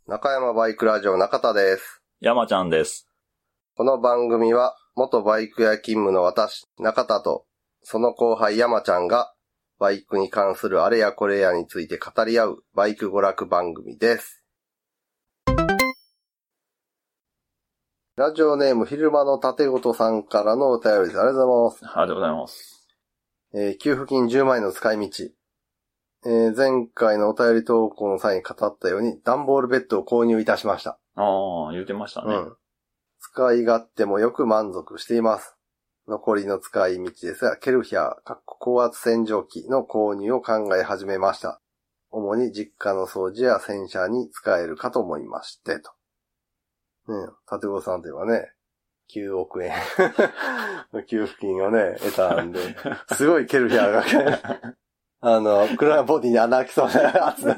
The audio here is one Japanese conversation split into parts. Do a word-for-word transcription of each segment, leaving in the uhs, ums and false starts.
中山バイクラジオ中田です。 山ちゃんです。 この番組は元バイク屋勤務の私中田とその後輩山ちゃんがバイクに関するあれやこれやについて語り合うバイク娯楽番組です。ラジオネーム昼間の縦ごとさんからのお便りです。ありがとうございます。 ありがとうございます。 えー、給付金じゅうまんえんの使い道。えー、前回のお便り投稿の際に語ったように段ボールベッドを購入いたしました。 ああ、言ってましたね。うん。 使い勝手もよく満足しています。残りの使い道ですが、ケルヒャー、高圧洗浄機の購入を考え始めました。主に実家の掃除や洗車に使えるかと思いまして、と。ねえ、立子さんといえばね、きゅうおくえんの給付金をね、得たんで、すごいケルヒャーが、あの、車ボディに穴開きそうな圧です。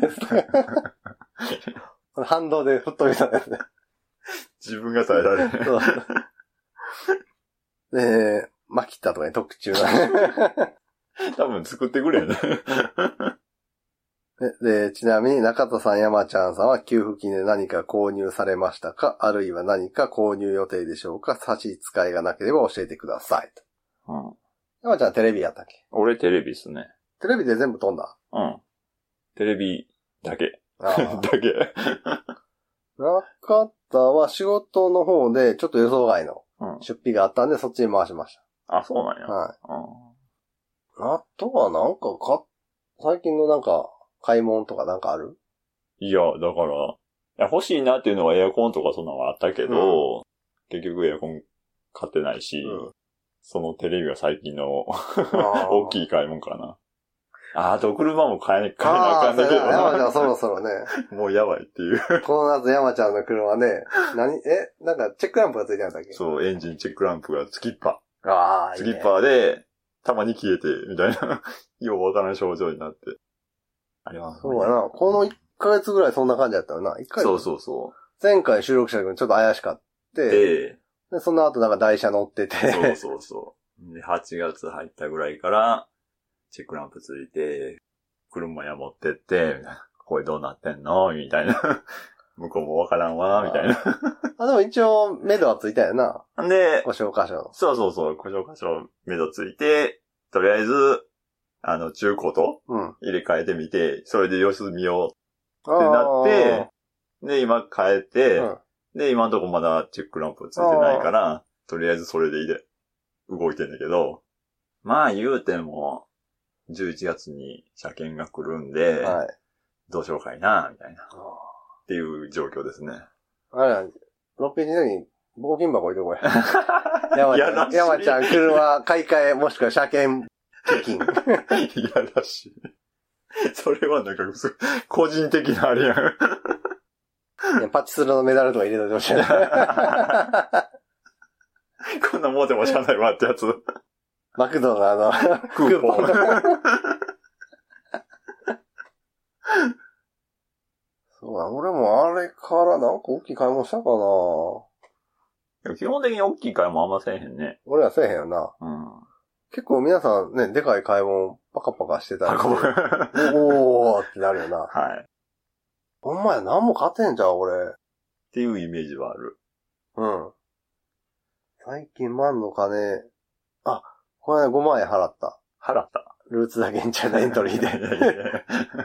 反動で吹っ飛びそうですね。 自分が耐えられる。そう。 で、マキタとかに特注な。 多分作ってくれよね。 で, で、ちなみに中田さん、山ちゃんさんは給付金で何か購入されましたか？あるいは何か購入予定でしょうか？差し支えがなければ教えてください。うん。山ちゃんテレビやったっけ？ 俺テレビっすね。 テレビで全部飛んだ？ うん。テレビだけ。あだけ。 中田は仕事の方でちょっと予想外の出費があったんで、そっちに回しました。 あ、そうなんや。 はい。うん、あとはなんかか、最近のなんか、買い物とかなんかある？ いや、だから、いや欲しいなっていうのはエアコンとかそんなのはあったけど、うん、結局エアコン買ってないし、うん、そのテレビは最近の大きい買い物かな。あ、あと車も買え、買えなあかんだけどな。 山ちゃんそろそろね。 もうやばいっていう。 この夏山ちゃんの車ね、何、え、なんかチェックランプがついてあったっけ？ そう、エンジンチェックランプがスキッパー。 ああ、 スキッパーで、たまに消えて、みたいな、ようわからん症状になって。ありますね。 そうやな。このいっかげつぐらいそんな感じだったよな。いっかげつ。 そうそうそう。 前回収録した時にちょっと怪しかって、ええ、で、その後なんか台車乗ってて。 そうそうそう。で、はちがつ入ったぐらいから、チェックランプついて、車や持ってって、みたいな。これどうなってんのみたいな。向こうもわからんわ、みたいな。 あ、でも一応、目処はついたよな。 で、 故障箇所。 そうそうそう、故障箇所、目処ついて、とりあえず、あの、中古と入れ替えてみて、うん、それで様子見ようってなって、で、今変えて、うん、で、今のとこまだチェックランプついてないから、とりあえずそれでいいで、動いてんだけど、まあ言うても、じゅういちがつに車検が来るんで、はい、どうしようかいな、みたいな。っていう状況ですね。 あれ、ろっぴゃくの時に募金箱置いてこい。山ちゃん、山ちゃん、車買い替え、もしくは車検基金。 いやらしい。それはなんか、個人的なあれやん。 いやパチスロのメダルとか入れといてほしい。 こんなもうでもしゃあないわってやつ。 マクドのあの、 クーポン。 そうだ、俺もあれからなんか大きい買い物したかな。基本的に大きい買い物あんませえへんね。 俺はせえへんよな。うん。結構皆さんね、でかい買い物パカパカしてたりして。おーってなるよな。はい。ほんまや、何も買ってんじゃん、俺。 っていうイメージはある。 うん。最近万の金、あ、これごまんえん払った。 払った。 ルーツだけんちゃなエントリーで。いやいやいや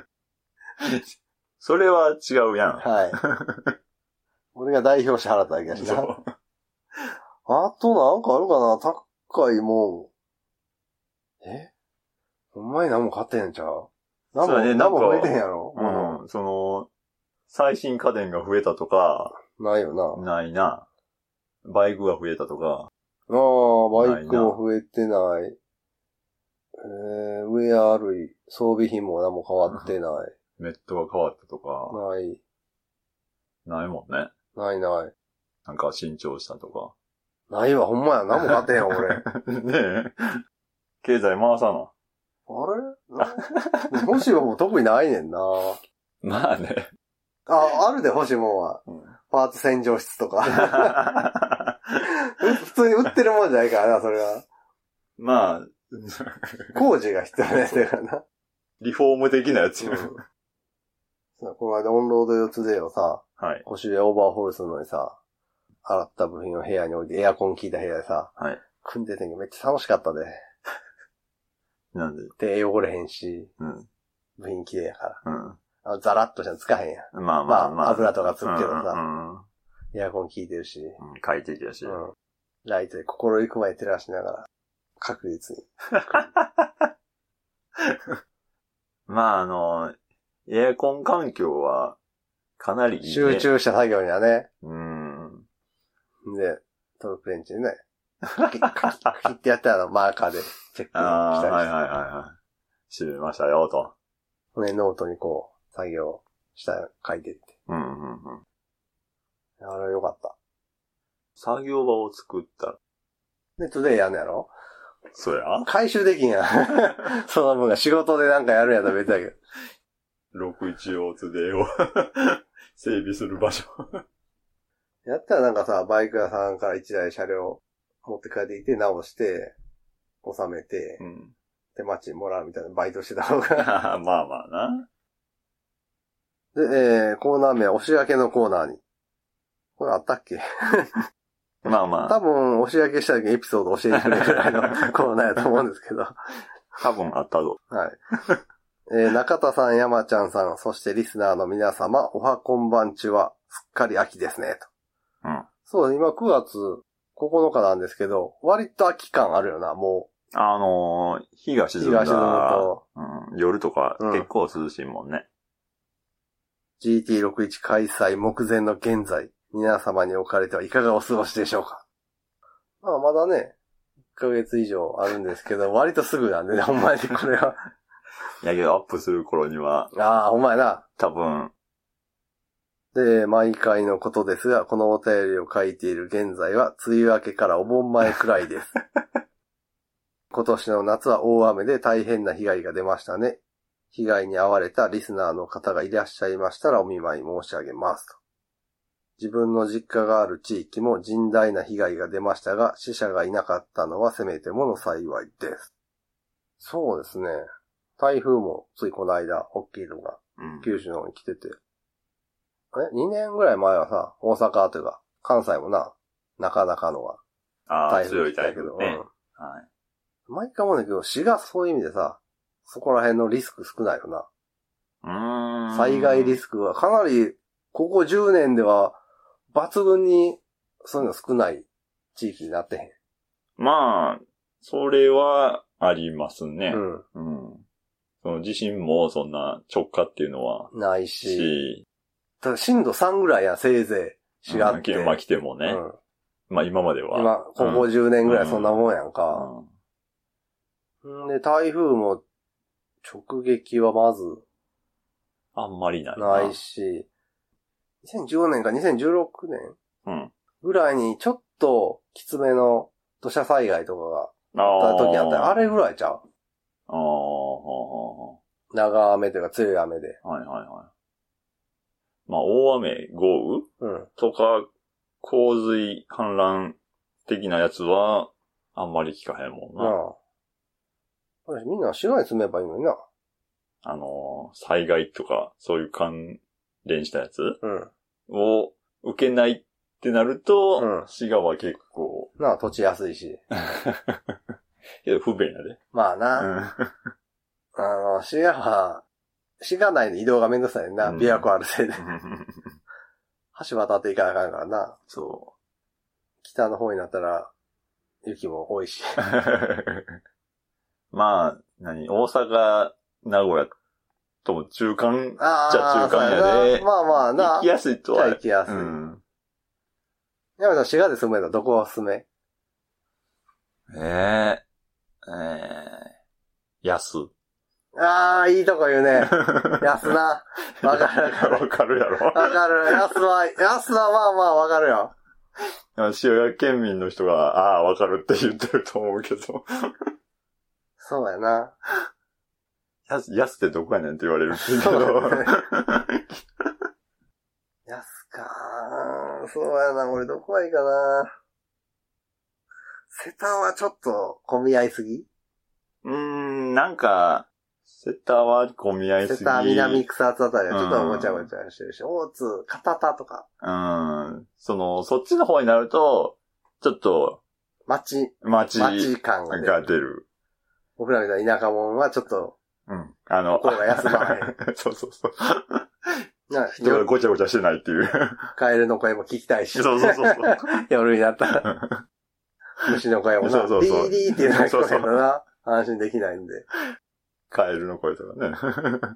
それは違うやん。 はい。俺が代表して払っただけだしな。あとなんかあるかな？高いもん。え？ほんまに何も買ってんちゃう？何も、ね、何も増えてんやろ？ うん。その、最新家電が増えたとか。 ないよな。 ないな。バイクが増えたとか。 ああ、バイクも増えてない。えー、ウェア類、装備品も何も変わってない。 メットが変わったとか。 ない。 ないもんね。 ないない。 なんか新調したとか。 ないわ、ほんまや。何も買ってんよ、俺。 ねえ。経済回さな。 あれ欲しいもんも特にないねんな。 まあね。 あ、あるで欲しいもんは。うん、パーツ洗浄室とか。普通に売ってるもんじゃないからな、それは。 まあ。 工事が必要なやつだからな。 リフォーム的なやつよ。 うん、この間オンロード四つでをさ、 はい。 腰でオーバーホールするのにさ、洗った部品を部屋に置いてエアコン効いた部屋でさ、 はい。 組んでてんけどめっちゃ楽しかったで。 なんで手汚れへんし、 うん。 部品綺麗やから。 うん。 あのザラッとしたのつかへんやん。 まあまあまあ。 まあ、油とかつくけどさ、 うんうんエアコン効いてるし、 うん。快適だし。 うん。ライトで心行くまで照らしながら、確実に。 まああの、エアコン環境は、かなりいい、ね。 集中した作業にはね。 うん。 で、トルクレンチでね、カキッカキッカキッってやったらマーカーでチェックしたりして。 ああ、はいはいはいはい。閉めましたよ、と。 ね、ノートにこう、作業した書いてって。 うんうんうん。 あれよかった。 作業場を作った。 で、トゥデイやんのやろ？ そうや回収できんやん。その分が仕事でなんかやるんやったら別だけど。 ろくいちをトゥデイを整備する場所。 やったらなんかさ、バイク屋さんから一台車両持って帰ってきて直して、収めて、うん、手待ちもらうみたいなバイトしてた方が。 まあまあな。 で、えー、コーナー名は押し分けのコーナーに。これあったっけまあまあ。 多分、押し分けした時にエピソード教えてくれるぐらいのコーナーやと思うんですけど。 多分あったぞ。 はい。えー、中田さん、山ちゃんさん、そしてリスナーの皆様、おはこんばんちは、すっかり秋ですね、と。 うん。 そう、今くがつここのかなんですけど、割と秋感あるよな、もう。あのー、日が沈んだ。日が沈むと、うん。夜とか結構涼しいもんね。 うん、ジーティーろくじゅういち 開催目前の現在、皆様におかれてはいかがお過ごしでしょうか。まあ、まだね、いっかげつ以上あるんですけど、割とすぐなんでね、ほんまにこれは。 いやけど、アップする頃には。 ああ、ほんまやな。 多分。 で、毎回のことですが、このお便りを書いている現在は、梅雨明けからお盆前くらいです。今年の夏は大雨で大変な被害が出ましたね。被害に遭われたリスナーの方がいらっしゃいましたらお見舞い申し上げますと。自分の実家がある地域も甚大な被害が出ましたが、死者がいなかったのはせめてもの幸いです。そうですね。台風もついこの間、大きいのが、九州の方に来てて。え、にねんぐらい前はさ、大阪というか、関西もな、なかなかのが、 台風来たけど、ね、うん。 はい。毎回思うんだけど、市がそういう意味でさ、そこら辺のリスク少ないよな。 うーん。 災害リスクはかなり、ここじゅうねんでは、抜群に、そういうの少ない地域になってへん。 まあ、それはありますね。 うん。 うん。その地震もそんな直下っていうのは。 ないし。しただ震度さんぐらいや、せいぜい。違って。 うん、まあ来てもね。うん。まあ今までは。 今、ここじゅうねんぐらいそんなもんやんか。うん。うん、で、台風も、直撃はまず。 あんまりないな。 ないし。にせんじゅうよねんかにせんじゅうろくねんうん。ぐらいにちょっときつめの土砂災害とかがあった時あったら、あれぐらいちゃう。ああ、長雨というか強い雨で。 はいはいはい。まあ大雨、豪雨、うん、とか、洪水、氾濫的なやつは、あんまり聞かへんもんな。 ああ。みんな市内住めばいいのにな。 あのー、災害とか、そういう関連したやつ、うん、を受けないってなると、うん、滋賀は結構。 なあ、土地安いし。 けど不便やで。 まあな。うん、あの、滋賀は、滋賀内の移動がめんどくさいねんな。うん、琵琶湖あるせいで。橋渡っていかなあかんからな。 そう。 北の方になったら、雪も多いし。 まあ、何大阪、名古屋とも中間じゃ中間やで。 まあまあな。 行きやすいとは。 じゃあ行きやすい。うん。山田さん、滋賀で住めたらどこが住めええー、ええー、安。 ああ、いいとこ言うね。安な。わかるわかる。 わかるやろ。 わかる。安は、安はまあまあわかるよ。 滋賀県民の人が、ああ、わかるって言ってると思うけど。 そうやな。 やす、やすってどこやねんって言われるけど。ね、 やすかー。そうやな。俺どこがいいかな。瀬田はちょっと混み合いすぎうーん、なんか、 瀬田は混み合いすぎ。 瀬田、南草津あたりはちょっとごちゃごちゃしてるし、うん、大津、片田とか。 うん。その、そっちの方になると、ちょっと、 町、 町、 町感が出る。 が出る。 僕らみたいな田舎者はちょっと、 うん。あの、 心が休まない。 そうそうそう。人がごちゃごちゃしてないっていう。 カエルの声も聞きたいし。 そうそうそうそう。 夜になったら。虫の声もな、 そうそうそう。 ディーディーっていうのが聞こえるのな、安心できないんで。 カエルの声とかね。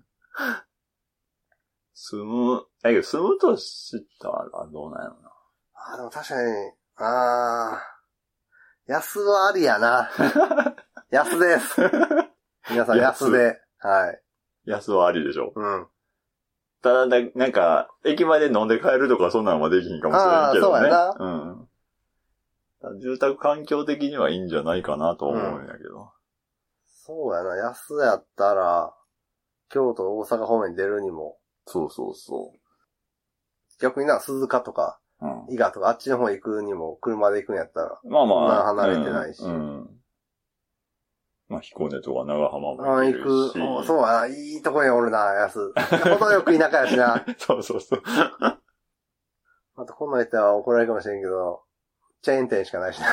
住む、え、けど住むとしたらどうなんやろな。 ああ、でも確かに、ああ、安はありやな。安です。皆さん安で。はい。 安はありでしょ。 うん。 ただ、な、なんか、駅まで飲んで帰るとかそんなのはできひんかもしれんけどね。 ああ、そうやな。 うん。住宅環境的にはいいんじゃないかなと思うんやけど。うん、 そうやな。安やったら、京都、大阪方面に出るにも。 そうそうそう。 逆にな、鈴鹿とか、うん、伊賀とか、あっちの方行くにも、車で行くんやったら。 まあまあ。 まあ離れてないし。うんうんまあ、彦根とか長浜も行けるし。 行く。そうやな。いいとこにおるな、安。程よく田舎やしな。 そうそうそう。 あと、この人は怒られるかもしれんけど、チェーン店しかないしな。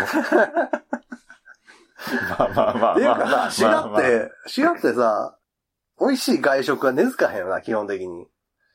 まあまあまあまあ。 っていうかさ、滋賀って、滋賀ってさ、美味しい外食は根付かへんよな、基本的に。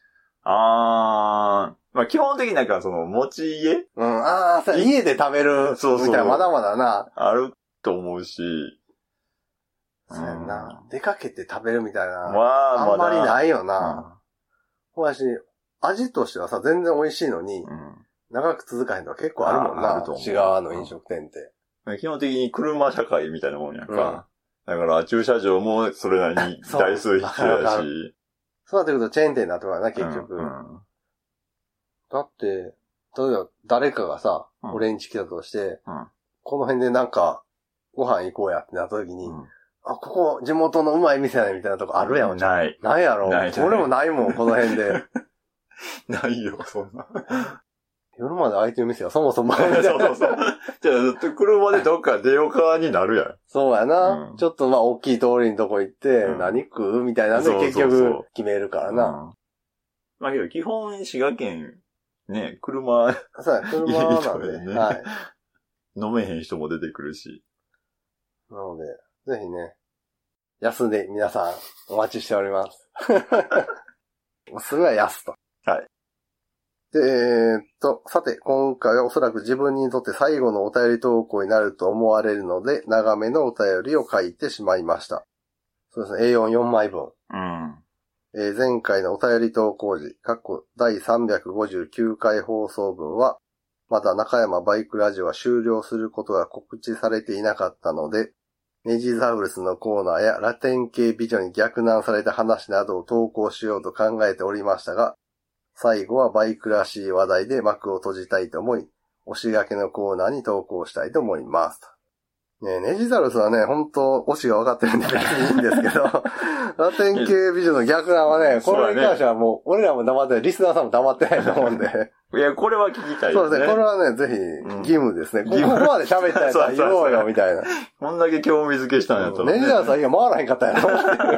あー。まあ基本的になんかその、持ち家うん、ああ、家で食べる。そうそう。みたいな、まだまだな。 あると思うし。 そうやんな。出かけて食べるみたいな。 まあ、 あんまりないよな。ほらし、味としてはさ、全然美味しいのに、うん、長く続かへんとか結構あるもんな。滋賀の飲食店って。 基本的に車社会みたいなもんやんか。うん、だから駐車場もそれなりに台数必要やし。 そうなってくるとチェーン店になってくるな、結局。うんうん、だって、例えば誰かがさ、うん、俺ん家来たとして、うん、この辺でなんか、ご飯行こうやってなった時に、うんあ、ここ、地元のうまい店やねみたいなとこあるやん。 ない。 ないやろ。 ない俺もないもん、この辺で。 ないよ、そんな。 夜まで空いてる店はそもそもそうそうそう。じゃあ、車でどっか出ようかになるやん。 そうやな。うん、ちょっとまあ、大きい通りのとこ行って、うん、何食うみたいなんで結局決めるからな。そうそうそううん、 まあけど、基本、滋賀県、ね、車、 そうや、車なんで。ね、はい。 飲めへん人も出てくるし。 なので、ぜひね、安で皆さんお待ちしております。すぐは安と。 はい。 で、えー、っと、さて、今回はおそらく自分にとって最後のお便り投稿になると思われるので、長めのお便りを書いてしまいました。そうですね、エーよんよん 枚分。 うん。 えー、前回のお便り投稿時、過去だいさんびゃくごじゅうきゅうかい放送分は、まだ中山バイクラジオは終了することが告知されていなかったので、ネジザウルスのコーナーやラテン系美女に逆難された話などを投稿しようと考えておりましたが、最後はバイクらしい話題で幕を閉じたいと思い、押しがけのコーナーに投稿したいと思います。ねえ、ネジザウルスはね、本当推しが分かってるんで別にいいんですけど、ラテン系美女の逆難はね、これに関してはもう、俺らも黙ってない、リスナーさんも黙ってないと思うんで。 いや、これは聞きたいですね。 そうですね、これはね、ぜひ、義務ですね。うん、ここまで喋ったやつは言おうよ、みたいな。 こんだけ興味づけしたんやったら、ね。 ネジザウルスは今回らへんかったやろ。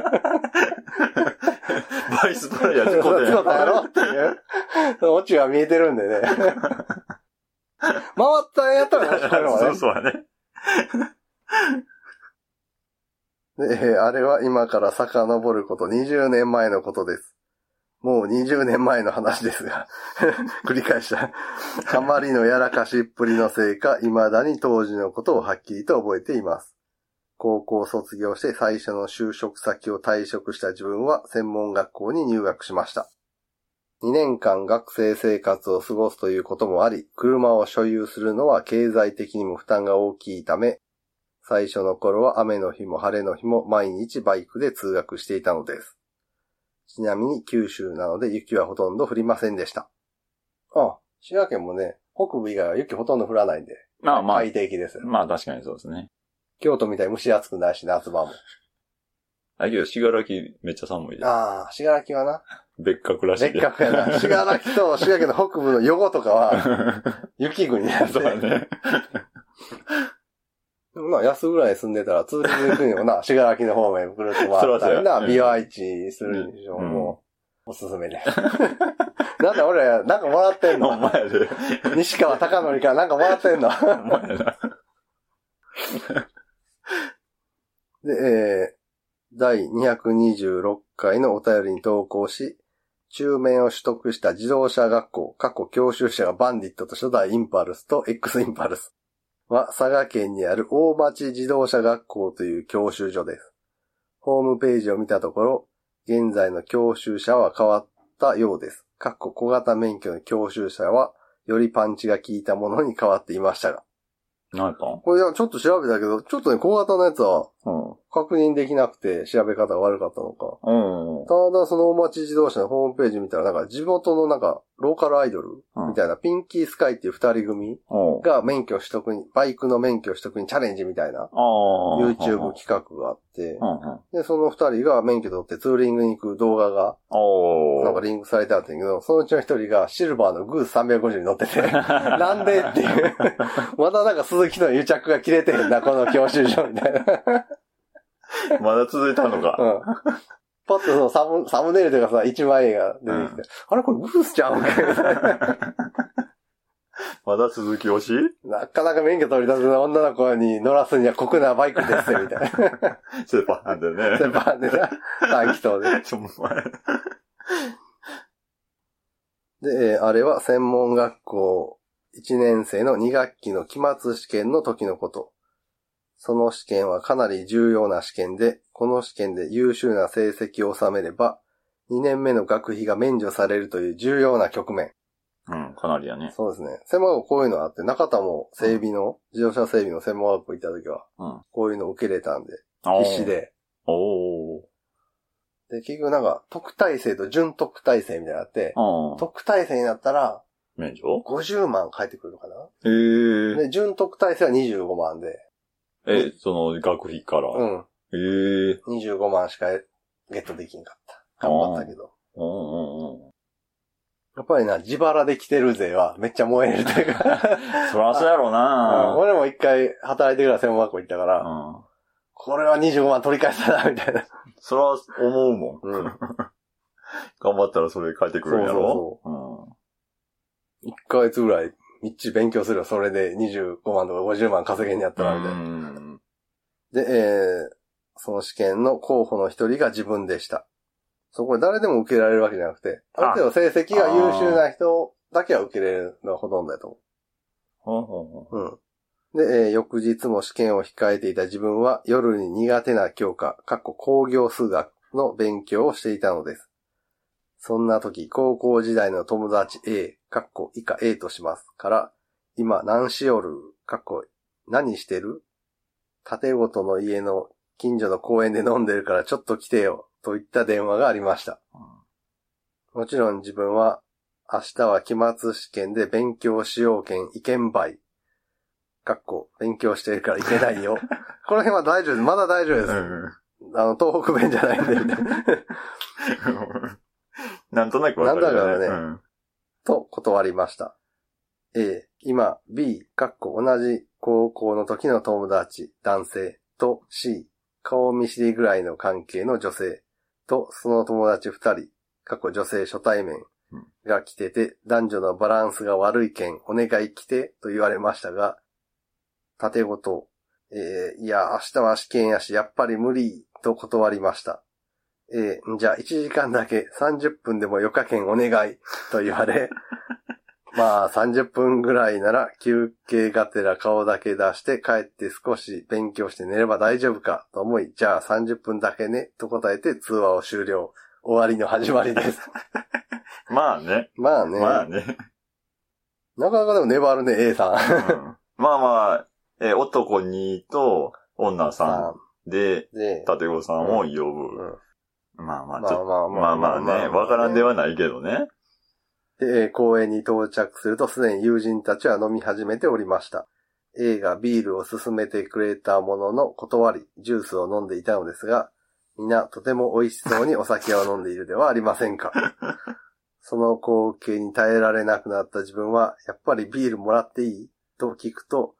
バイスプレイヤー事故で。 事故ったやろっていう。オチが見えてるんでね。回ったんやったら確かにね。 そうそうね。 で、あれは今から遡ることにじゅうねんまえのことです。もうにじゅうねんまえの話ですが、繰り返した。あまりのやらかしっぷりのせいか、未だに当時のことをはっきりと覚えています。高校を卒業して最初の就職先を退職した自分は専門学校に入学しました。にねんかん学生生活を過ごすということもあり、車を所有するのは経済的にも負担が大きいため、最初の頃は雨の日も晴れの日も毎日バイクで通学していたのです。ちなみに九州なので雪はほとんど降りませんでした。あ、滋賀県もね、北部以外は雪ほとんど降らないんで。 まあまあ。 快適ですよ。 まあ確かにそうですね。 京都みたいに蒸し暑くないし、夏場も。 あ、けど、しがらきめっちゃ寒いです。 ああ、しがらきはな。 別格らしい。 別格やな。しがらきと滋賀県の北部の予後とかは、雪国やつ。 そうだね。 まあ、安ぐらい住んでたら、ツーリング行くにもな、しがらきの方面ぐるっと回ったりな、美容愛知するんでしょ、うん、もう、おすすめで。なんだ俺、なんかもらってんのお前で。 西川貴教からなんかもらってんのお前だ。で、えー、だいにひゃくにじゅうろっかいのお便りに投稿し、中免を取得した自動車学校、過去教習者がバンディットと初代インパルスと X インパルスは佐賀県にある大町自動車学校という教習所です。ホームページを見たところ、現在の教習車は変わったようです。過去小型免許の教習車はよりパンチが効いたものに変わっていましたが。 何やったん？ これちょっと調べたけど、ちょっとね、小型のやつは、確認できなくて調べ方が悪かったのか。うん、ただその大町自動車のホームページ見たら、なんか地元のなんかローカルアイドルみたいな、うん、ピンキースカイっていう二人組が免許取得に、バイクの免許取得にチャレンジみたいな YouTube 企画があって、で、その二人が免許取ってツーリングに行く動画がなんかリンクされてあったんだけど、そのうちの一人がシルバーのグースさんびゃくごじゅうに乗ってて、なんでっていう。まだなんか鈴木の癒着が切れてへんな、この教習所みたいな。 まだ続いたのか。うん。 パッとそのサム、サムネイルというかさ、一枚絵が出てきて、うん、あれこれグースちゃうんかまだ続き推し？ なかなか免許取り立ての女の子に乗らすには酷なバイクですよ、みたいな。 スーパーなんでね。 スーパーでな。短気筒で。 ちょ、お前。 で、あれは専門学校いちねん生のに学期の期末試験の時のこと。その試験はかなり重要な試験で、この試験で優秀な成績を収めれば、にねんめの学費が免除されるという重要な局面。 うん、かなりやね。 そうですね。専門学校こういうのあって、中田も整備の、うん、自動車整備の専門学校行った時は、うん、こういうの受けれたんで、必死で。おー。で、結局なんか、特待生と準特待生みたいなのあって、特待生になったら、 免除 ? ごじゅうまん返ってくるのかな。 へー。 で、準特待生はにじゅうごまんで。 え、その学費から。うん。へー。 にじゅうごまんしかゲットできんかった。頑張ったけど。うんうんうん。やっぱりな、自腹で来てる税はめっちゃ燃えるというか。 そらそうやろうな、 うん、俺も一回働いてから専門学校行ったから、うん、これはにじゅうごまん取り返したな、みたいな。 そら思うもん。うん、頑張ったらそれ返ってくるんやろ。そうそうそう。 うん、いっかげつぐらいみっちり勉強するよ。それでにじゅうごまんとかごじゅうまん稼げんやったら、みたいな。うん、で、えー、その試験の候補の一人が自分でした。そこで誰でも受けられるわけじゃなくて、ある程度成績が優秀な人だけは受けれるのがほとんどだと思う。うん。で、えー、翌日も試験を控えていた自分は夜に苦手な教科、かっこ工業数学の勉強をしていたのです。そんな時、高校時代の友達 A、かっこ以下 A としますから、今何しよる、かっこ何してる？建ごとの家の近所の公園で飲んでるからちょっと来てよ。といった電話がありました。うん、もちろん自分は明日は期末試験で勉強しようけん意見ばい。かっこ勉強してるからいけないよ。この辺は大丈夫です。まだ大丈夫です。うん、あの、東北弁じゃないんで。 なんとなくわかる、ね。なんだろうね、うん。 と断りました。A、今 B、かっこ同じ高校の時の友達、男性と C、顔見知りぐらいの関係の女性。と、その友達二人、過去女性初対面が来てて、男女のバランスが悪いけん、お願い来て、と言われましたが、盾ごと、えー、いや、明日は試験やし、やっぱり無理、と断りました。えー、じゃあいちじかんだけさんじゅっぷんでもよかけんお願い、と言われ、まあさんじゅっぷんぐらいなら休憩がてら顔だけ出して帰って少し勉強して寝れば大丈夫かと思い、じゃあさんじゅっぷんだけねと答えて通話を終了。終わりの始まりです。 まあね。 まあね。 まあね。 なかなかでも粘るね、A さん。うん、 まあまあ、えー、男にと女さんで、立子さんを呼ぶ。うんうん、まあまあ、ちょっと、まあまあまあね、わからんではないけどね。 で、公園に到着するとすでに友人たちは飲み始めておりました。A がビールを勧めてくれたものの断り、ジュースを飲んでいたのですが、皆とても美味しそうにお酒を飲んでいるではありませんか。その光景に耐えられなくなった自分は、やっぱりビールもらっていいと聞くと、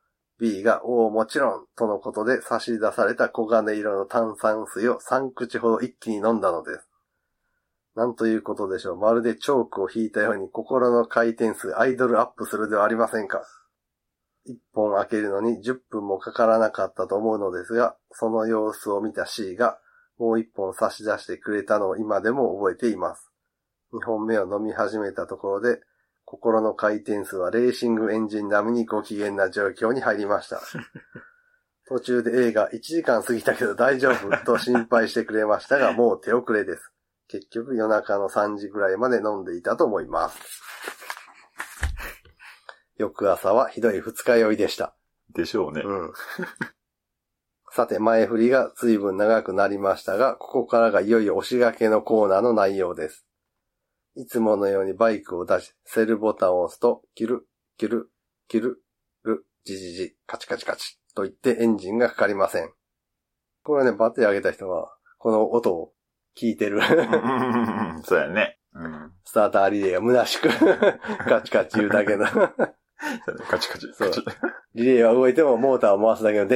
B が、おおもちろん、とのことで差し出された黄金色の炭酸水をさん口ほど一気に飲んだのです。なんということでしょう。まるでチョークを引いたように心の回転数アイドルアップするではありませんか。一本開けるのにじゅっぷんもかからなかったと思うのですが、その様子を見た C がもう一本差し出してくれたのを今でも覚えています。二本目を飲み始めたところで、心の回転数はレーシングエンジン並みにご機嫌な状況に入りました。途中で A がいちじかん過ぎたけど大丈夫と心配してくれましたが、もう手遅れです。結局夜中のさんじぐらいまで飲んでいたと思います。翌朝はひどい二日酔いでした。 でしょうね。 うん。さて、前振りが随分長くなりましたが、ここからがいよいよ押し掛けのコーナーの内容です。いつものようにバイクを出し、セルボタンを押すと、キュル、キュル、キュル、ル、ジジジ、カチカチカチと言ってエンジンがかかりません。これね、バッテリー上げた人は、この音を聞いてる。 そうやね。うん、 スターターリレーが虚しく、カチカチ言うだけの。 カチカチ。 そう。リレーは動いてもモーターを回すだけの